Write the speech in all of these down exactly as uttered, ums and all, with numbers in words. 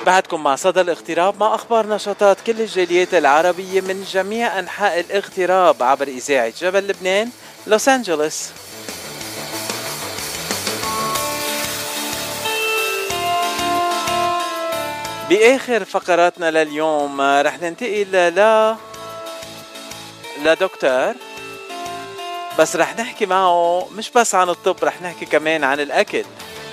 بعدكم مع صدى الاغتراب مع أخبار نشاطات كل الجاليات العربية من جميع أنحاء الاغتراب عبر إذاعة جبل لبنان لوس أنجلوس. بآخر فقراتنا لليوم رح ننتقل ل لدكتور، بس رح نحكي معه مش بس عن الطب، رح نحكي كمان عن الأكل.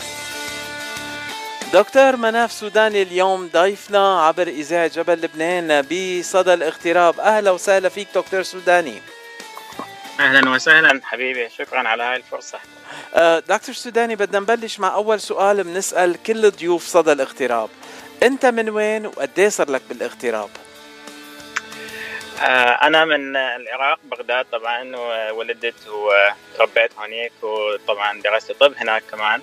دكتور مناف سوداني اليوم ضيفنا عبر إذاعة جبل لبنان بصدى الاغتراب. أهلا وسهلا فيك دكتور سوداني. أهلا وسهلا حبيبي، شكرا على هاي الفرصة. أه دكتور سوداني، بدنا نبلش مع أول سؤال بنسأل كل ضيوف صدى الاغتراب. أنت من وين وقديه صار لك بالاغتراب؟ أه أنا من العراق، بغداد طبعا، وولدت وتربيت هناك، وطبعا درست طب هناك كمان،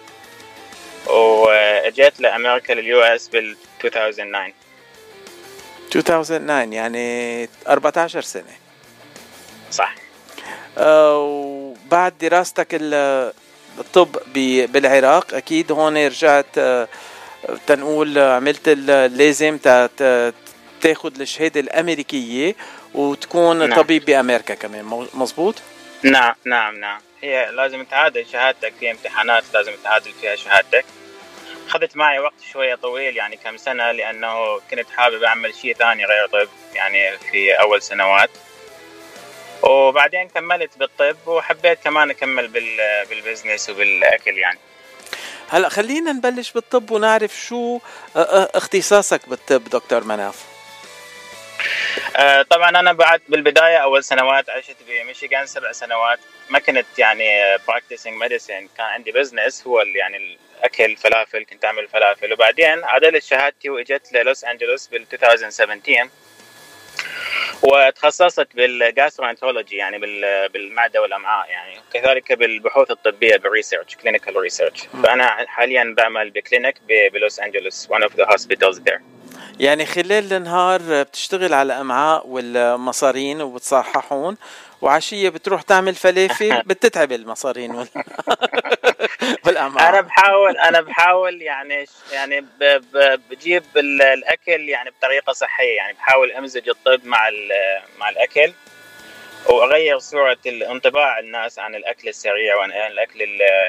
وجيت لأمريكا لليو اس بال ألفين وتسعة. ألفين وتسعة يعني أربعة عشر سنة. صح. أه وبعد دراستك الطب بالعراق أكيد هون رجعت، أه تنقول عملت اللازم تاخد الشهادة الأمريكية وتكون نعم. طبيب بأمريكا كمان، مزبوط؟ نعم نعم نعم، هي لازم تعادل شهادتك في امتحانات، لازم تعادل فيها شهادتك. خذت معي وقت شوية طويل، يعني كم سنة، لأنه كنت حابب أعمل شيء ثاني غير طب يعني في أول سنوات، وبعدين كملت بالطب وحبيت كمان أكمل بالبزنس وبالأكل يعني. هلأ خلينا نبلش بالطب ونعرف شو اختصاصك بالطب دكتور مناف. آه طبعا أنا بعد بالبداية أول سنوات عشت بميشيغان سبع سنوات، ما كنت يعني practicing medicine، كان عندي بزنس هو يعني الأكل، فلافل، كنت أعمل فلافل، وبعدين عدلت شهادتي وإجت للوس أنجلوس بال ألفين وسبعطعش وتخصصت بالجاسترونتولوجي يعني بالمعدة والأمعاء يعني، كذلك بالبحوث الطبية بالريسيرش، كلينيكال ريسيرش. فأنا حاليا بعمل بكلينيك بلوس أنجلوس one of the hospitals there. يعني خلال النهار بتشتغل على الأمعاء والمصارين وبتصححون، وعشية بتروح تعمل فلافل بتتعب المصارين وال... والأمعاء. أنا بحاول أنا بحاول يعني يعني ب... ب... بجيب الأكل يعني بطريقة صحية، يعني بحاول أمزج الطب مع ال... مع الأكل، وأغير صورة الانطباع الناس عن الأكل السريع وعن الأكل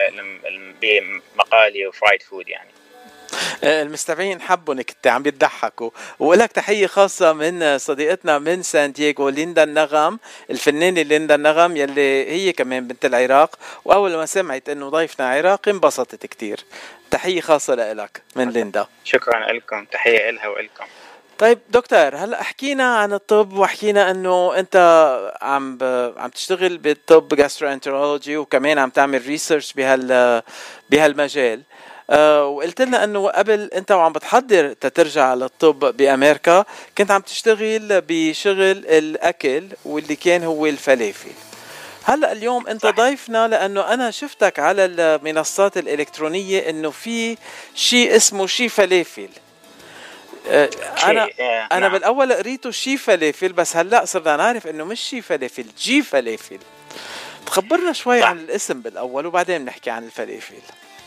بمقالي وفرايد فود يعني. المستمعين حبوا انك انت عم بتضحكوا، ولك تحيه خاصه من صديقتنا من سان دييغو ليندا النغم، الفنانه ليندا النغم يلي هي كمان بنت العراق، واول ما سمعت انه ضيفنا عراقي انبسطت كتير. تحيه خاصه لك من ليندا. شكرا لكم، تحيه لها ولكم. طيب دكتور، هلا حكينا عن الطب وحكينا انه انت عم ب... عم تشتغل بالطب جاسترونترولوجي وكمان عم تعمل ريسيرش بهال بهالمجال. أه وقلت لنا انه قبل انت وعم بتحضر تترجع للطب بامريكا كنت عم تشتغل بشغل الاكل واللي كان هو الفلافل. هلا اليوم انت ضيفنا لانه انا شفتك على المنصات الالكترونيه انه في شيء اسمه شي فلافل. أه انا انا نعم. بالاول قريته شي فلافل، بس هلا صرنا نعرف انه مش شي فلافل، جي فلافل. تخبرنا شوي صح. عن الاسم بالاول وبعدين بنحكي عن الفلافل.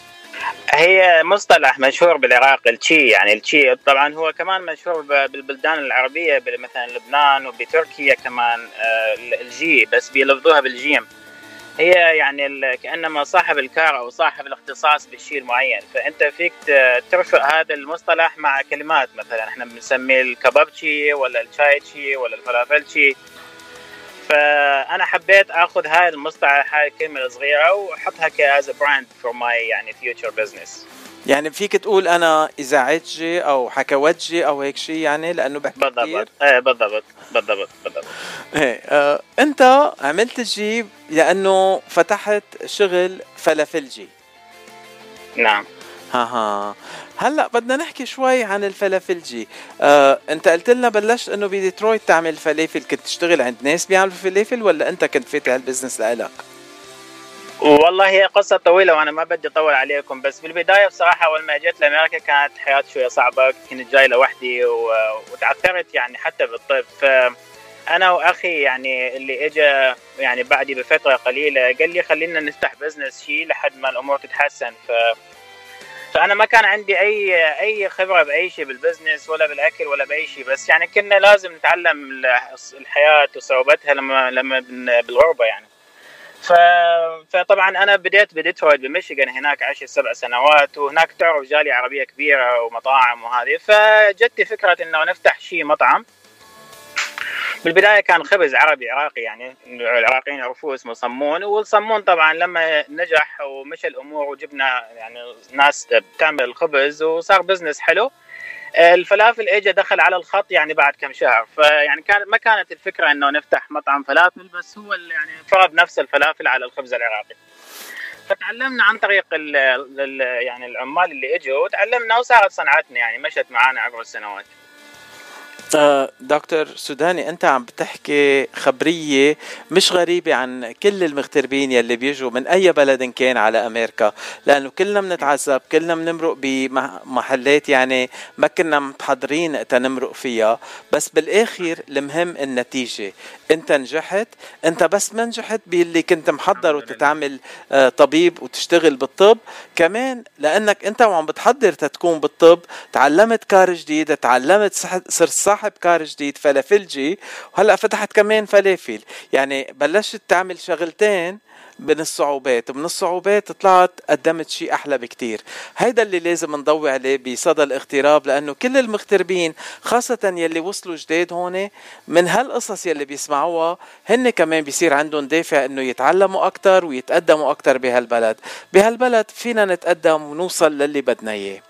هي مصطلح مشهور بالعراق، التشي، يعني التشي طبعا هو كمان مشهور بالبلدان العربية مثلا لبنان وبتركيا كمان الجي، بس بيلفظوها بالجيم. هي يعني كأنما صاحب الكار أو صاحب الاختصاص بالشيء المعين، فأنت فيك ترفع هذا المصطلح مع كلمات، مثلا احنا بنسميه الكبابتشي ولا الشايتشي ولا الفلافلشي. فأنا حبيت أخذ هاي المصطلح، هاي الكلمة الصغيرة، وأحطها كأز براند فور ماي يعني future business. يعني فيك تقول أنا إذاعتجي أو حكوتجي أو هيك شيء يعني، لأنه بحكي بالضبط. كتير. إيه بالضبط بالضبط بالضبط. إيه آه، أنت عملت جي لأنه فتحت شغل فلافلجي. نعم. ها ها هلا بدنا نحكي شوي عن الفلافلجي. آه، انت قلت لنا بلشت انه بديترويت تعمل فلافل، كنت تشتغل عند ناس بيعملوا فلافل ولا انت كنت فاتح البزنس لإلك؟ والله هي قصة طويلة وانا ما بدي اطول عليكم، بس بالبداية بصراحة اول ما جيت لامريكا كانت حياتي شوية صعبة، كنت جاي لوحدي وتعثرت يعني حتى بالطب. فانا واخي يعني اللي اجى يعني بعدي بفترة قليلة قال لي خلينا نفتح بزنس شيء لحد ما الامور تتحسن. ف فانا ما كان عندي اي اي خبره باي شيء بالبزنس ولا بالاكل ولا باي شيء، بس يعني كنا لازم نتعلم الحياه وصعوبتها لما لما بالغربه يعني. ف... فطبعا انا بديت بديترويت بميشيغان، هناك عشت سبع سنوات، وهناك تعرف جاليه عربيه كبيره ومطاعم وهذه، فجتني فكره انه نفتح شيء مطعم. بالبدايه كان خبز عربي عراقي، يعني العراقيين يعرفوه اسمه صمون، والصمون طبعا لما نجح ومشى الامور وجبنا يعني ناس بتعمل الخبز وصار بزنس حلو، الفلافل اجى دخل على الخط يعني بعد كم شهر. فيعني كان ما كانت الفكره انه نفتح مطعم فلافل، بس هو يعني فرض نفس الفلافل على الخبز العراقي. فتعلمنا عن طريق ال ال يعني العمال اللي اجوا، وتعلمنا وصارت صنعتنا يعني مشت معنا عبر السنوات. آه دكتور سوداني، انت عم بتحكي خبرية مش غريبة عن كل المغتربين يلي بيجوا من اي بلد كان على امريكا، لانه كلنا بنتعذب، كلنا بنمرق بمحلات يعني ما كنا محضرين تنمرق فيها، بس بالاخر المهم النتيجة. انت نجحت، انت بس ما نجحت باللي كنت محضر وتتعمل آه طبيب وتشتغل بالطب، كمان لانك انت وعم بتحضر تتكون بالطب تعلمت كار جديد، تعلمت صرت صاحب كار جديد فلافلجي، وهلأ فتحت كمان فلافل. يعني بلشت تعمل شغلتين من الصعوبات، ومن الصعوبات طلعت قدمت شيء أحلى بكتير. هيدا اللي لازم نضوي عليه بصدى الاغتراب، لأنه كل المغتربين خاصة يلي وصلوا جديد هون من هالقصص يلي بيسمعوها هن كمان بيصير عندهم دافع انه يتعلموا اكتر ويتقدموا اكتر بهالبلد. بهالبلد فينا نتقدم ونوصل للي بدنا اياه.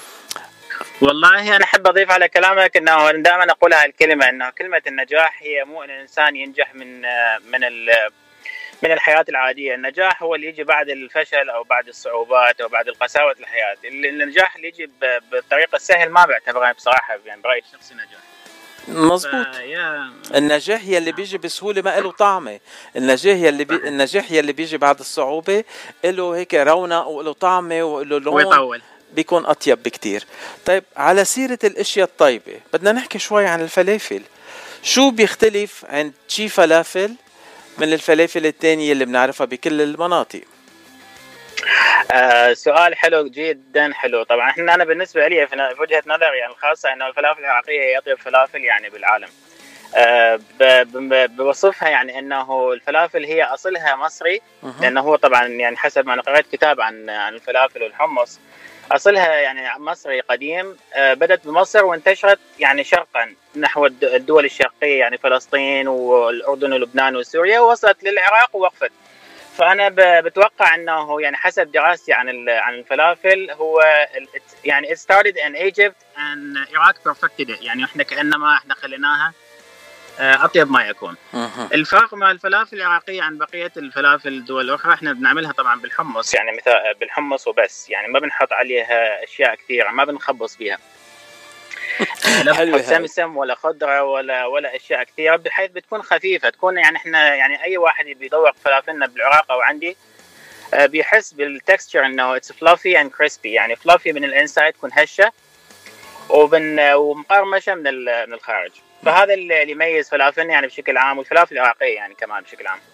والله أنا أحب أضيف على كلامك أنه دائما أقول هالكلمة، أنه كلمة النجاح هي مو أن الإنسان ينجح من من من الحياة العادية. النجاح هو اللي يجي بعد الفشل أو بعد الصعوبات أو بعد القساوة الحياة. النجاح اللي يجي بالطريقة السهل ما بعتبره بصراحة يعني برأيي الشخصي نجاح. مظبوط. النجاح هي اللي بيجي بسهولة ما له طعمة. النجاح هي اللي بي... النجاح هي اللي بيجي بعد الصعوبة له هيك رونق وله طعمة وله لون ويطول، بيكون أطيب بكتير. طيب على سيرة الاشياء الطيبة بدنا نحكي شوي عن الفلافل. شو بيختلف عند شي فلافل من الفلافل التانية اللي بنعرفها بكل المناطق؟ آه سؤال حلو جدا حلو. طبعا احنا انا بالنسبه لي في وجهه نظري يعني الخاصه انه الفلافل العراقيه هي اطيب فلافل يعني بالعالم. آه بوصفها يعني انه الفلافل هي اصلها مصري، لانه هو طبعا يعني حسب ما انا قرأت كتاب عن عن الفلافل والحمص، اصلها يعني مصري قديم. آه بدت بمصر وانتشرت يعني شرقا نحو الدول الشرقيه، يعني فلسطين والاردن ولبنان وسوريا، ووصلت للعراق ووقفت. فانا بتوقع انه يعني حسب دراستي عن عن الفلافل هو يعني it started in Egypt and Iraq perfected it، يعني احنا كانما احنا خليناها اطيب ما يكون. الفرق مع الفلافل العراقيه عن بقيه الفلافل الدول الاخرى، احنا بنعملها طبعا بالحمص، يعني مثلا بالحمص وبس، يعني ما بنحط عليها اشياء كثيره، ما بنخبص بيها لا بنحط سمسم ولا خضره ولا ولا اشياء كثيره، بحيث بتكون خفيفه، تكون يعني احنا يعني اي واحد بيذوق فلافلنا بالعراق او عندي بيحس بالتكستشر انه اتس فلافي اند كريسبي، يعني فلافي من الانسايد تكون هشه وبن ومقرمشه من من الخارج. فهذا اللي يميز فلافلنا يعني بشكل عام، والفلافل العراقيه يعني كمان بشكل عام.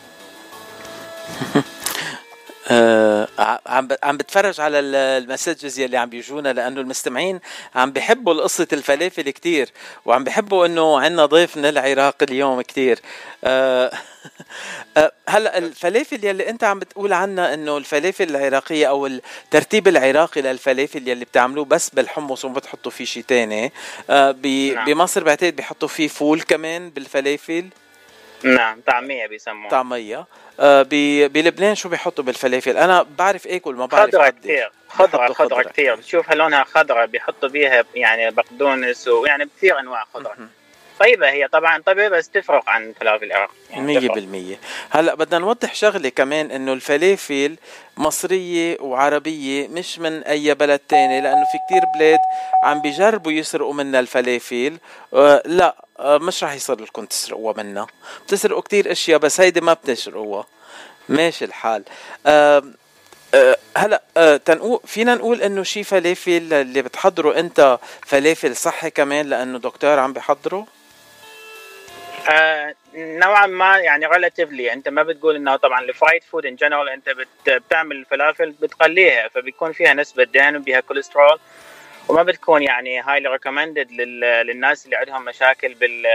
آه عم عم بتفرج على المسجز يلي عم بيجونا، لانه المستمعين عم بيحبوا قصه الفلافل كتير، وعم بيحبوا انه عندنا ضيف من العراق اليوم كتير. آه آه هلا الفلافل يلي انت عم بتقول عنها انه الفلافل العراقيه او الترتيب العراقي للفلافل يلي بتعملوه بس بالحمص وما بتحطوا فيه شيء تاني. آه بمصر بعتقد بيحطوا فيه فول كمان بالفلافل. نعم طعمية بيسموها. طعمية. آه بلبنان شو بيحطوا بالفلافل؟ أنا بعرف آكل ما بعرف خضرة كتير. خضرة خضرة كتير، بتشوفها لونها خضرة بيحطوا بيها يعني بقدونس ويعني كثير أنواع خضرة. طيبة هي طبعا طيبة، بس تفرق عن الفلافل العراقي يعني مية بالمية. هلأ بدنا نوضح شغلة كمان، إنه الفلافل مصرية وعربية مش من أي بلد تاني، لأنه في كتير بلاد عم بيجربوا يسرقوا منا الفلافل. آه لا آه مش رح يصير لكم تسرقوها منا، بتسرقوا كتير أشياء بس هيدي ما بتسرقوها. ماشي الحال. آه أه هلا أه تنقول فينا نقول انه شي فلافل اللي بتحضره انت فلافل صحي كمان، لانه دكتور عم بيحضره. آه نوعا ما يعني relatively انت ما بتقول انه طبعا الفرايد فود ان جنرال انت بت بتعمل الفلافل بتقليها فبيكون فيها نسبه دهن وبيها كوليسترول وما بتكون يعني highly recommended لل للناس اللي عندهم مشاكل بال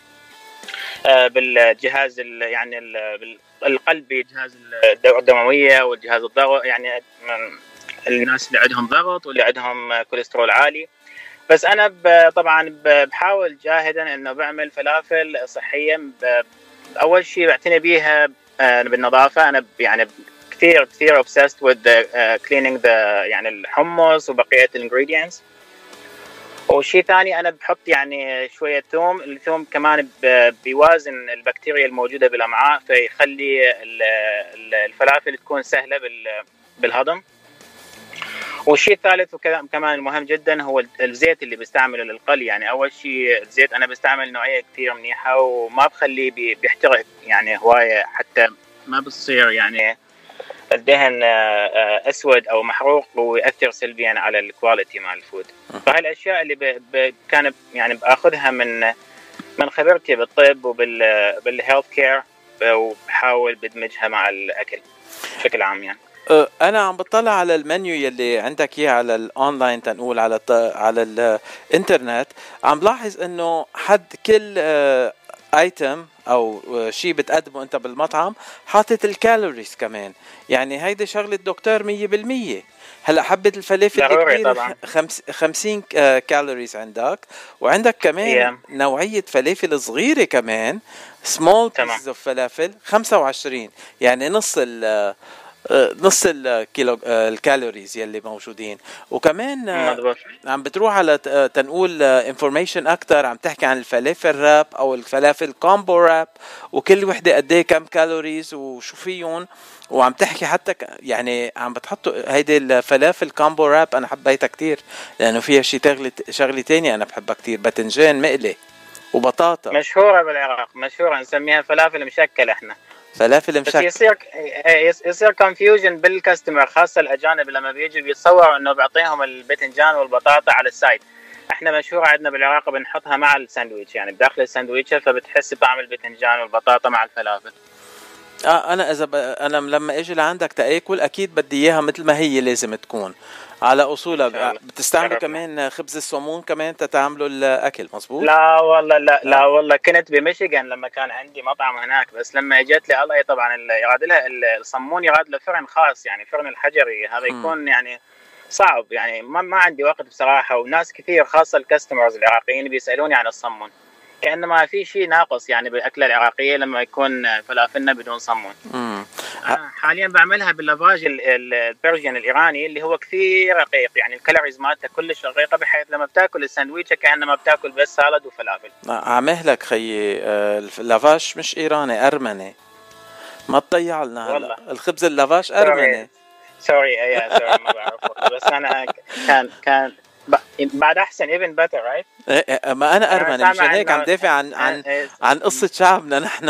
بالجهاز يعني القلبي جهاز الدورة الدمويه والجهاز الضغط يعني الناس اللي عندهم ضغط واللي عندهم كوليسترول عالي. بس انا طبعا بحاول جاهدا انه بعمل فلافل صحيه. اول شيء بعتني بيها بالنظافه. انا يعني كثير كثير obsessed with the uh, cleaning the يعني الحمص وبقيه الانجريدينتس. وشيء ثاني انا بحط يعني شويه ثوم. الثوم كمان بيوازن البكتيريا الموجوده بالامعاء فيخلي الفلافل تكون سهله بالهضم. والشيء الثالث وكمان مهم جدا هو الزيت اللي بستعمله للقلي. يعني اول شيء الزيت انا بستعمل نوعيه كثير منيحه وما بخليه بيحترق يعني هوايه حتى ما بتصير يعني الدهن اسود او محروق ويأثر سلبيا على الكواليتي مال الفود. فهاي الاشياء اللي ب... ب... كان يعني باخذها من من خبرتي بالطب وبالهيلث كير وبحاول بدمجها مع الاكل بشكل عام. يعني انا عم بطلع على المنيو يلي عندك اياه على الاونلاين تنقول على على الانترنت. عم لاحظ انه حد كل ايتم او شيء بتقدمه انت بالمطعم حاطط الكالوريز كمان. يعني هيدي شغله الدكتور مية بالمية. هلا حبه الفلافل الكبيره خمسين كالوريز عندك وعندك كمان yeah. نوعيه فلافل صغيره كمان سمول بيسز اوف فلافل خمسة وعشرين يعني نص ال نص الكيلو الكالوريز يلي موجودين. وكمان مدبر. عم بتروح على تنقول انفورميشن اكتر عم تحكي عن الفلافل راب او الفلافل كومبو راب وكل وحده قد ايه كم كالوريز وشو فيهم. وعم تحكي حتى يعني عم بتحطوا هيدي الفلافل كومبو راب انا حبيتها كتير لانه فيها شي تغلي شغله تانية انا بحبها كتير باذنجان مقلي وبطاطا. مشهوره بالعراق مشهوره نسميها فلافل مشكل احنا فلافل مشكل. بس يصير يصير كونفيوجن بالكاستمر خاصه الاجانب لما بيجوا بيتصوروا انه بعطيهم الباذنجان والبطاطا على السايد. احنا مشهوره عندنا بالعراق بنحطها مع الساندويتش يعني بداخل الساندويتش فبتحس بطعم الباذنجان والبطاطا مع الفلافل. اه انا اذا ب... انا لما اجي لعندك تاكل اكيد بدي اياها مثل ما هي لازم تكون على اصولها. بتستعملوا كمان خبز الصمون كمان تتعاملوا الاكل مزبوط؟ لا والله لا لا, لا والله كنت بميشيغان لما كان عندي مطعم هناك. بس لما اجت لي الله طبعا يراد لها الصمون يراد له فرن خاص يعني فرن الحجري هذا يكون م. يعني صعب يعني ما, ما عندي وقت بصراحه. وناس كثير خاصه الكاستمرز العراقيين بيسالوني عن الصمون كأنما في شيء ناقص يعني بالأكلة العراقية لما يكون فلافلنا بدون صمون. أنا حاليا بعملها باللافاج البرجين الإيراني اللي هو كثير رقيق يعني الكالوريز مالته كلش رقيقة بحيث لما بتاكل الساندويتش كأنما بتاكل بس سالاد وفلافل. عامهلك خيي اللافاج مش إيراني أرمني ما تضيع لنا هلا الخبز اللافاج أرمني. سوري يا سوري ما بعرف بس أنا كان كان بعد احسن even better right. ما انا ارمني مشان هيك عم دافع عن عن عن قصه شعبنا نحن.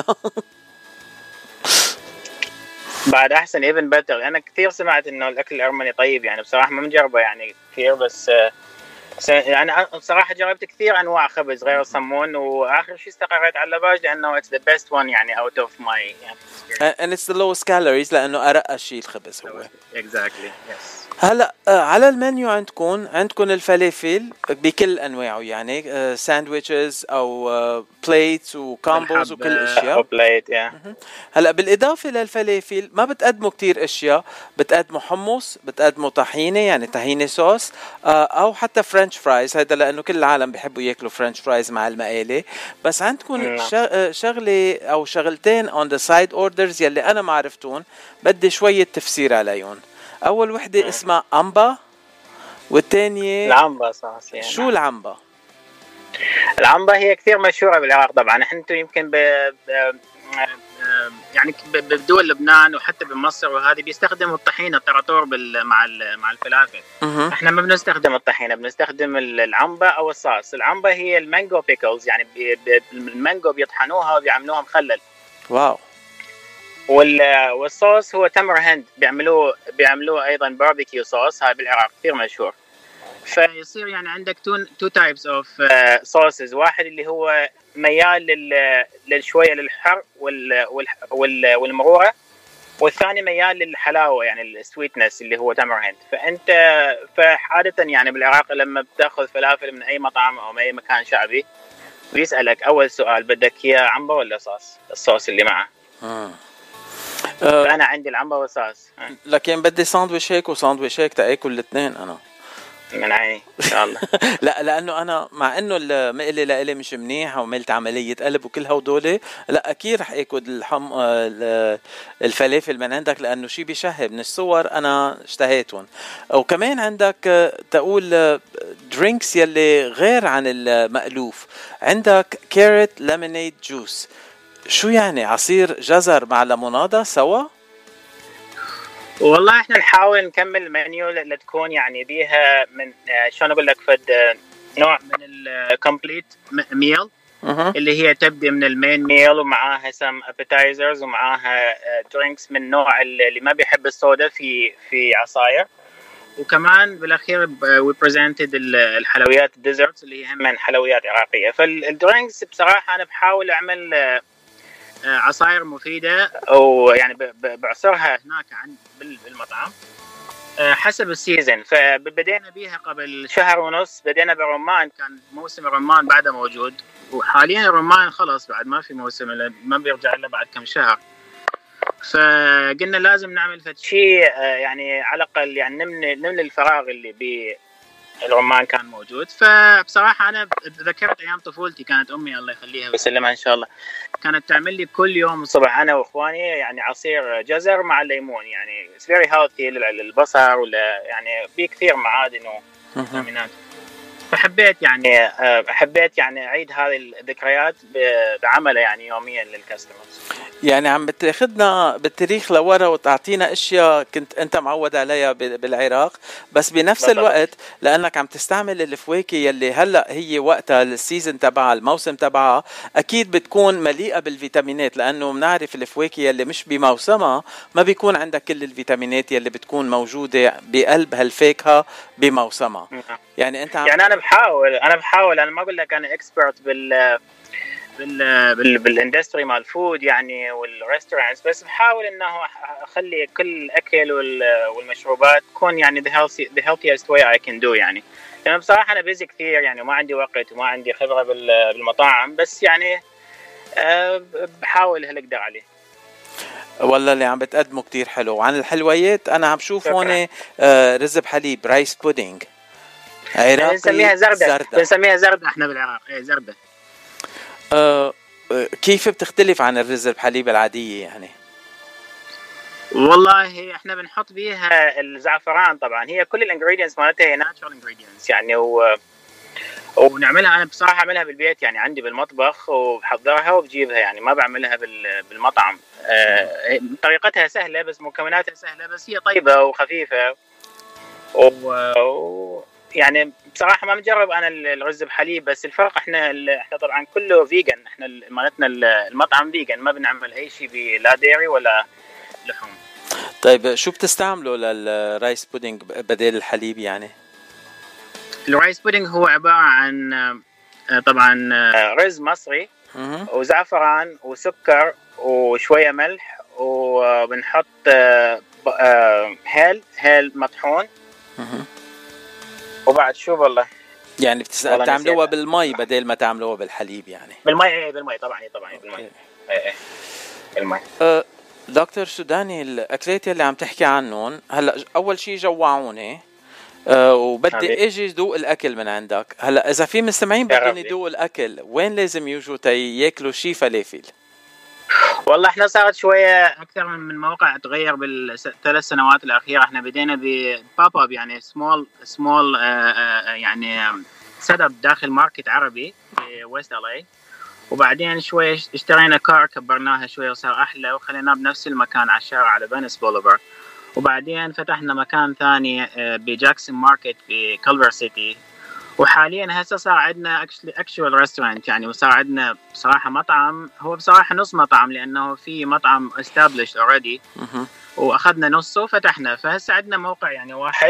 بعد احسن even better. انا كثير سمعت انه الاكل الارمني طيب يعني بصراحه ما مجربه يعني كثير بس يعني بصراحه جربت كثير انواع خبز غير الصمون واخر شيء استقريت على اللافاج لانه it's the best one يعني out of my يعني and it's the lowest calories لانه ارق شيء الخبز هو exactly yes. هلا على المنيو عندكم عندكم الفلافل بكل انواعه يعني ساندويتشز او بليتس وكومبوز وكل الاشياء بليت يا. هلا بالاضافه للفلافل ما بتقدموا كتير اشياء. بتقدموا حمص بتقدموا طحينه يعني طحينه صوص او حتى فرنش فرايز. هذا لانه كل العالم بيحبوا ياكلوا فرنش فرايز مع المقالي. بس عندكم شغله او شغلتين on the side orders يلي انا ما عرفتون بدي شويه تفسير عليهم. اول وحده م. اسمها امبا والثانيه العنبه صح يعني. شو العنبه؟ العنبه هي كثير مشهوره بالعراق طبعا. احنا يمكن ب... ب... يعني بدول لبنان وحتى بمصر وهذه بيستخدموا الطحينه الطراطور بال... مع ال... مع الفلافل. م- احنا ما بنستخدم الطحينه بنستخدم العنبه او الصاص. العنبه هي المانجو بيكلز يعني بي... ب... المانجو بيطحنوها وبيعملوها مخلل. واو. والصوص هو تمر هند بيعملوه بيعملوه ايضا باربيكيو صوص. هاي بالعراق كثير مشهور. فيصير يعني عندك تو تو تايبس اوف صوصز، واحد اللي هو ميال لل للشويه للحر وال وال والمروره، والثاني ميال للحلاوه يعني السويتنس اللي هو تمر هند. فانت فعاده يعني بالعراق لما بتاخذ فلافل من اي مطعم او من اي مكان شعبي بيسالك اول سؤال بدك اياه عنبر ولا صوص، الصوص اللي معه. آه. فانا عندي العنبر والصوص. لكن بدي ساندويش هيك وساندويش هيك تاكل الاثنين انا من عيني ان شاء الله. لا لانه انا مع انه المقلي لإلي مش منيح وعملت عمليه قلب وكل هودول، لا اكيد رح اكل الحم الفلافل من عندك لانه شيء بيشهي. من الصور انا اشتهيتهم. وكمان عندك تقول درينكس يلي غير عن المألوف، عندك كارت ليمونيد جوس. شو يعني عصير جزر مع ليموناده سوا؟ والله احنا نحاول نكمل المنيو لتكون يعني بيها من شلون اقول لك فد نوع من الكومبليت ميل اللي هي تبدي من المين ميل ومعاها سم ابيتايزرز ومعاها درينكس من نوع اللي ما بيحب الصودا في في عصاير. وكمان بالاخير وي بريزنتد الحلويات الديزرتس اللي هي هم حلويات عراقيه. فالدرينكس بصراحه انا بحاول اعمل عصاير مفيدة أو يعني بعصرها هناك عند بالمطعم حسب السيزن. فبدينا بيها قبل شهر ونص، بدينا بالرمان، كان موسم الرمان بعده موجود، وحاليا الرمان خلص بعد ما في موسم، ما بيرجع إلا بعد كم شهر. فقلنا لازم نعمل فد شيء يعني على الأقل يعني نملي نملي الفراغ اللي بي الرمان كان موجود. فبصراحة أنا ذكرت أيام طفولتي، كانت أمي الله يخليها ويسلمها إن شاء الله كانت تعمل لي كل يوم الصبح أنا وإخواني يعني عصير جزر مع الليمون، يعني it's very healthy للبصر ولا يعني بيه كثير معادن وفيتامينات. فحبيت يعني حبيت يعني أعيد هذه الذكريات بعمله يعني يوميا للكاستمرز. يعني عم بتاخدنا بالتاريخ لورا وتعطينا اشياء كنت انت معود عليها بالعراق، بس بنفس بالضبط. الوقت لانك عم تستعمل الفواكه يلي هلا هي وقتها السيزن تبعها الموسم تبعها اكيد بتكون مليئه بالفيتامينات، لانه بنعرف الفواكه يلي مش بموسمها ما بيكون عندك كل الفيتامينات يلي بتكون موجوده بقلب هالفاكهه بموسمها. يعني انت عم يعني انا بحاول انا بحاول انا ما اقول لك انا اكسبرت بال بال بال بالاندستري مال فود يعني والريستورانتس، بس بحاول انه اخلي كل الاكل والمشروبات تكون يعني the healthy the healthiest way I can do. يعني لأن بصراحه انا بيزي كثير يعني وما عندي وقت وما عندي خبره بالمطاعم، بس يعني أه بحاول هل اقدر عليه. والله اللي عم بتقدمه كتير حلو. وعن الحلويات انا عم شوف هون آه رز بحليب رايس بودينج عراقي بنسميها زردة بنسميها زردة احنا بالعراق. ايه زردة. أه كيف بتختلف عن الرز بحليب العادية يعني؟ والله احنا بنحط بيها الزعفران طبعا، هي كل الانجريدينتس مالتها هي ناتشورال انجريدينتس يعني و... ونعملها. انا بصراحة اعملها بالبيت يعني عندي بالمطبخ وبحضرها وبجيبها، يعني ما بعملها بال... بالمطعم. أه... طريقتها سهلة بس مكوناتها سهلة، بس هي طيبة وخفيفة و... و... يعني بصراحة ما مجرب أنا الرز بحليب، بس الفرق إحنا إحنا طبعا كله فيجن، إحنا مالتنا المطعم فيجن، ما بنعمل أي شيء بلا ديري ولا لحوم. طيب شو بتستعملوا للرايس بودينج بدل الحليب يعني؟ الرايس بودينج هو عبارة عن طبعا رز مصري وزعفران وسكر وشوية ملح، وبنحط هيل هيل مطحون. وبعد شو والله يعني بتعملوها بالمي بدل ما تعملوها بالحليب يعني؟ بالمي. ايه بالمي طبعا. ايه طبعا بالمي. ايه ايه بالمي. أه دكتور سوداني، الاكلات اللي عم تحكي عنهم هلا اول شيء جوعوني أه وبدي اجي ذوق الاكل من عندك. هلا اذا في مستمعين بدهم يذوقوا الاكل وين لازم يجوا تياكلوا شيء فلافل؟ والله احنا صارت شويه اكثر من موقع تغير بالثلاث سنوات الاخيره. احنا بدينا بباب اب يعني سمول سمول يعني سيت اب داخل ماركت عربي في ويست ال اي، وبعدين شويه اشترينا كار كبرناها شويه وصار احلى وخليناه بنفس المكان على الشارع على فينيس بوليفر، وبعدين فتحنا مكان ثاني بجاكسون ماركت في كلفر سيتي، وحاليا هسه صار عندنا اكشوال ريستورانت يعني، وصار عندنا بصراحه مطعم. هو بصراحه نص مطعم لانه في مطعم established already واخذنا نصه وفتحنا، فهسه عندنا موقع يعني واحد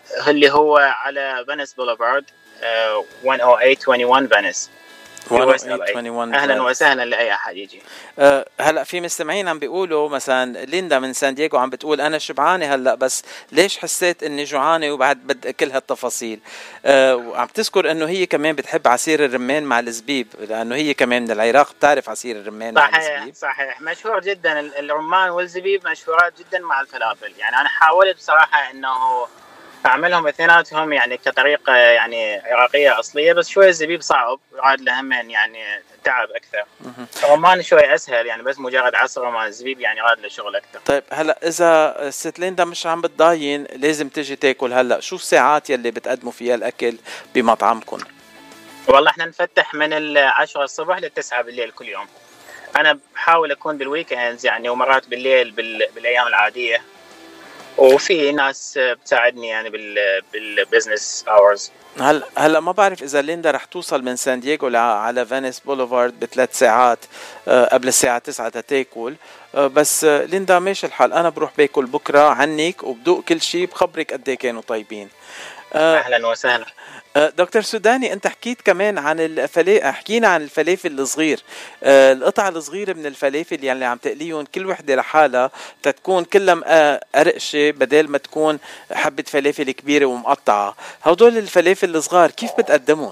اللي هو على فينيس بوليفارد مية وثمانية واحد وعشرين فينيس. مية وثمانية وعشرين اهلا وسهلا لاي احد يجي. أه هلا في مستمعين عم بيقولوا مثلا ليندا من سان دييغو عم بتقول انا شبعانه هلا، بس ليش حسيت اني جوعانه وبعد بدي كل هالتفاصيل. أه وعم تذكر انه هي كمان بتحب عصير الرمان مع الزبيب، لانه هي كمان من العراق بتعرف عصير الرمان مع الزبيب. صحيح مشهور جدا الرمان والزبيب، مشهورات جدا مع الفلافل. يعني انا حاولت بصراحه انه اعملهم اثنيناتهم يعني كطريقه يعني عراقيه اصليه، بس شويه الزبيب صعب يعاد له همين يعني تعب اكثر. الرمان شوي اسهل يعني بس مجرد عصره، مع الزبيب يعني يعاد له شغل اكثر. طيب هلا اذا ست ليندا مش عم بتضاين لازم تجي تاكل هلا، شو الساعات يلي بتقدموا فيها الاكل بمطعمكم؟ والله احنا نفتح من العشرة الصبح للتسعة بالليل كل يوم. انا بحاول اكون بالويكندز يعني، ومرات بالليل بال... بالايام العاديه، وفي ناس بتساعدني يعني بال بالبزنس اورز. هلا هلا ما بعرف اذا ليندا رح توصل من سان دييغو على فينيس بوليفارد بثلاث ساعات قبل الساعه تسعة تاكل. بس ليندا ماشي الحال، انا بروح باكل بكره عنك وبدوق كل شيء، بخبرك قد ايه كانوا طيبين. اهلا وسهلا. دكتور سوداني، انت حكيت كمان عن الفلافل، حكينا عن الفلافل الصغير، القطع الصغيره من الفلافل يعني عم تقليهم كل وحده لحالها تتكون كلها قرقشه بدل ما تكون حبه فلافل كبيره ومقطعه. هدول الفلافل الصغار كيف بتقدمون؟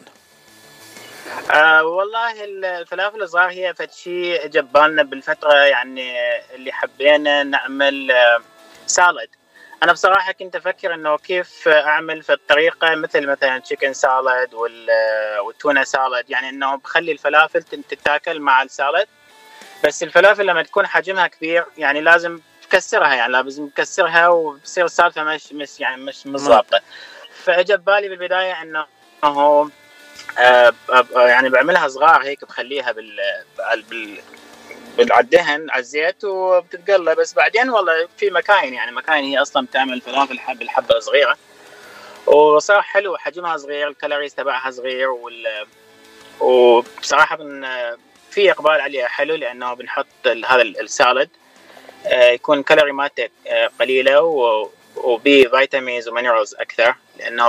آه والله الفلافل الصغار هي فتشي جبالنا بالفتره يعني اللي حبينا نعمل آه سالاد. انا بصراحه كنت افكر انه كيف اعمل في الطريقه مثل مثلا تشيكن سالاد والتونه سالاد، يعني انه بخلي الفلافل تتاكل مع السالاد. بس الفلافل لما تكون حجمها كبير يعني لازم تكسرها، يعني لازم تكسرها وبصير السالفه مش مش يعني مش مضبوطه. فاجى ببالي بالبدايه انه هو آه يعني بعملها صغار هيك، بخليها بال بال على الدهن على الزيت وبتتقلى. بس بعدين والله في مكاين يعني مكاين هي اصلا بتعمل فلافل حب الحبه صغيره، وصار حلو حجمها صغير، الكالوريز تبعها صغير، وال وبصراحه من في اقبال عليها حلو، لانه بنحط هذا السالاد يكون كالوري مالته قليله وبي فيتامينز ومينرالز اكثر، لانه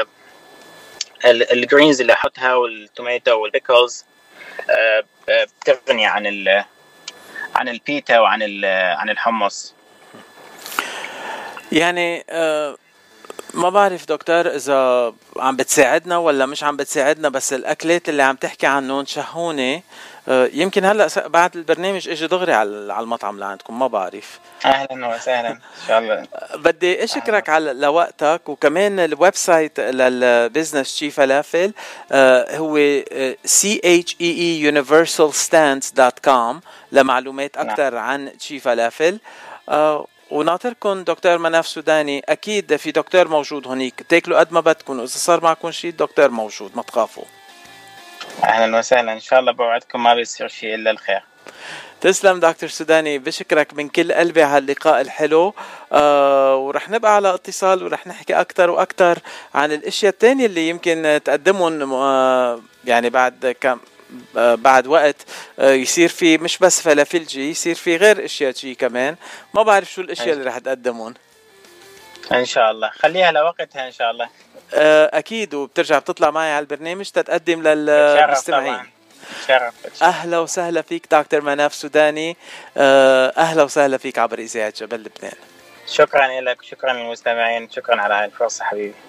الجرينز اللي احطها والتوميتو والبيكلز بتغني عن ال عن البيتا وعن عن الحمص. يعني أه ما بعرف دكتور اذا عم بتساعدنا ولا مش عم بتساعدنا، بس الاكلات اللي عم تحكي عنهم شهوني. أه يمكن هلا بعد البرنامج اجي دغري على المطعم لعندكم، ما بعرف. اهلا وسهلا ان شاء الله. بدي اشكرك على لوقتك، وكمان الويب سايت للبزنس شي فلافل أه هو سي اتش اي اي يونيفرسال ستاندز دوت كوم لمعلومات اكثر عن شي فلافل. أه وناطركم دكتور مناف سوداني، اكيد في دكتور موجود هونيك، تاكلوا قد ما بدكم، واذا صار معكم شيء الدكتور موجود، ما تخافوا. اهلا وسهلا، ان شاء الله بوعدكم ما بيصير شيء الا الخير. تسلم دكتور سوداني، بشكرك من كل قلبي على اللقاء الحلو. آه ورح نبقى على اتصال ورح نحكي اكثر واكثر عن الاشياء الثانيه اللي يمكن تقدمهم آه يعني بعد كم بعد وقت يصير في مش بس فلافلجي، يصير في غير اشياء شيء كمان، ما بعرف شو الاشياء اللي رح تقدمون. ان شاء الله خليها لوقتها ان شاء الله. اكيد، وبترجع بتطلع معي على البرنامج تتقدم للمستمعين. شرف. اهلا وسهلا فيك دكتور مناف سوداني، اهلا وسهلا فيك عبر اذاعه جبل لبنان. شكرا لك، شكرا للمستمعين، شكرا على هاي الفرصه حبيبي.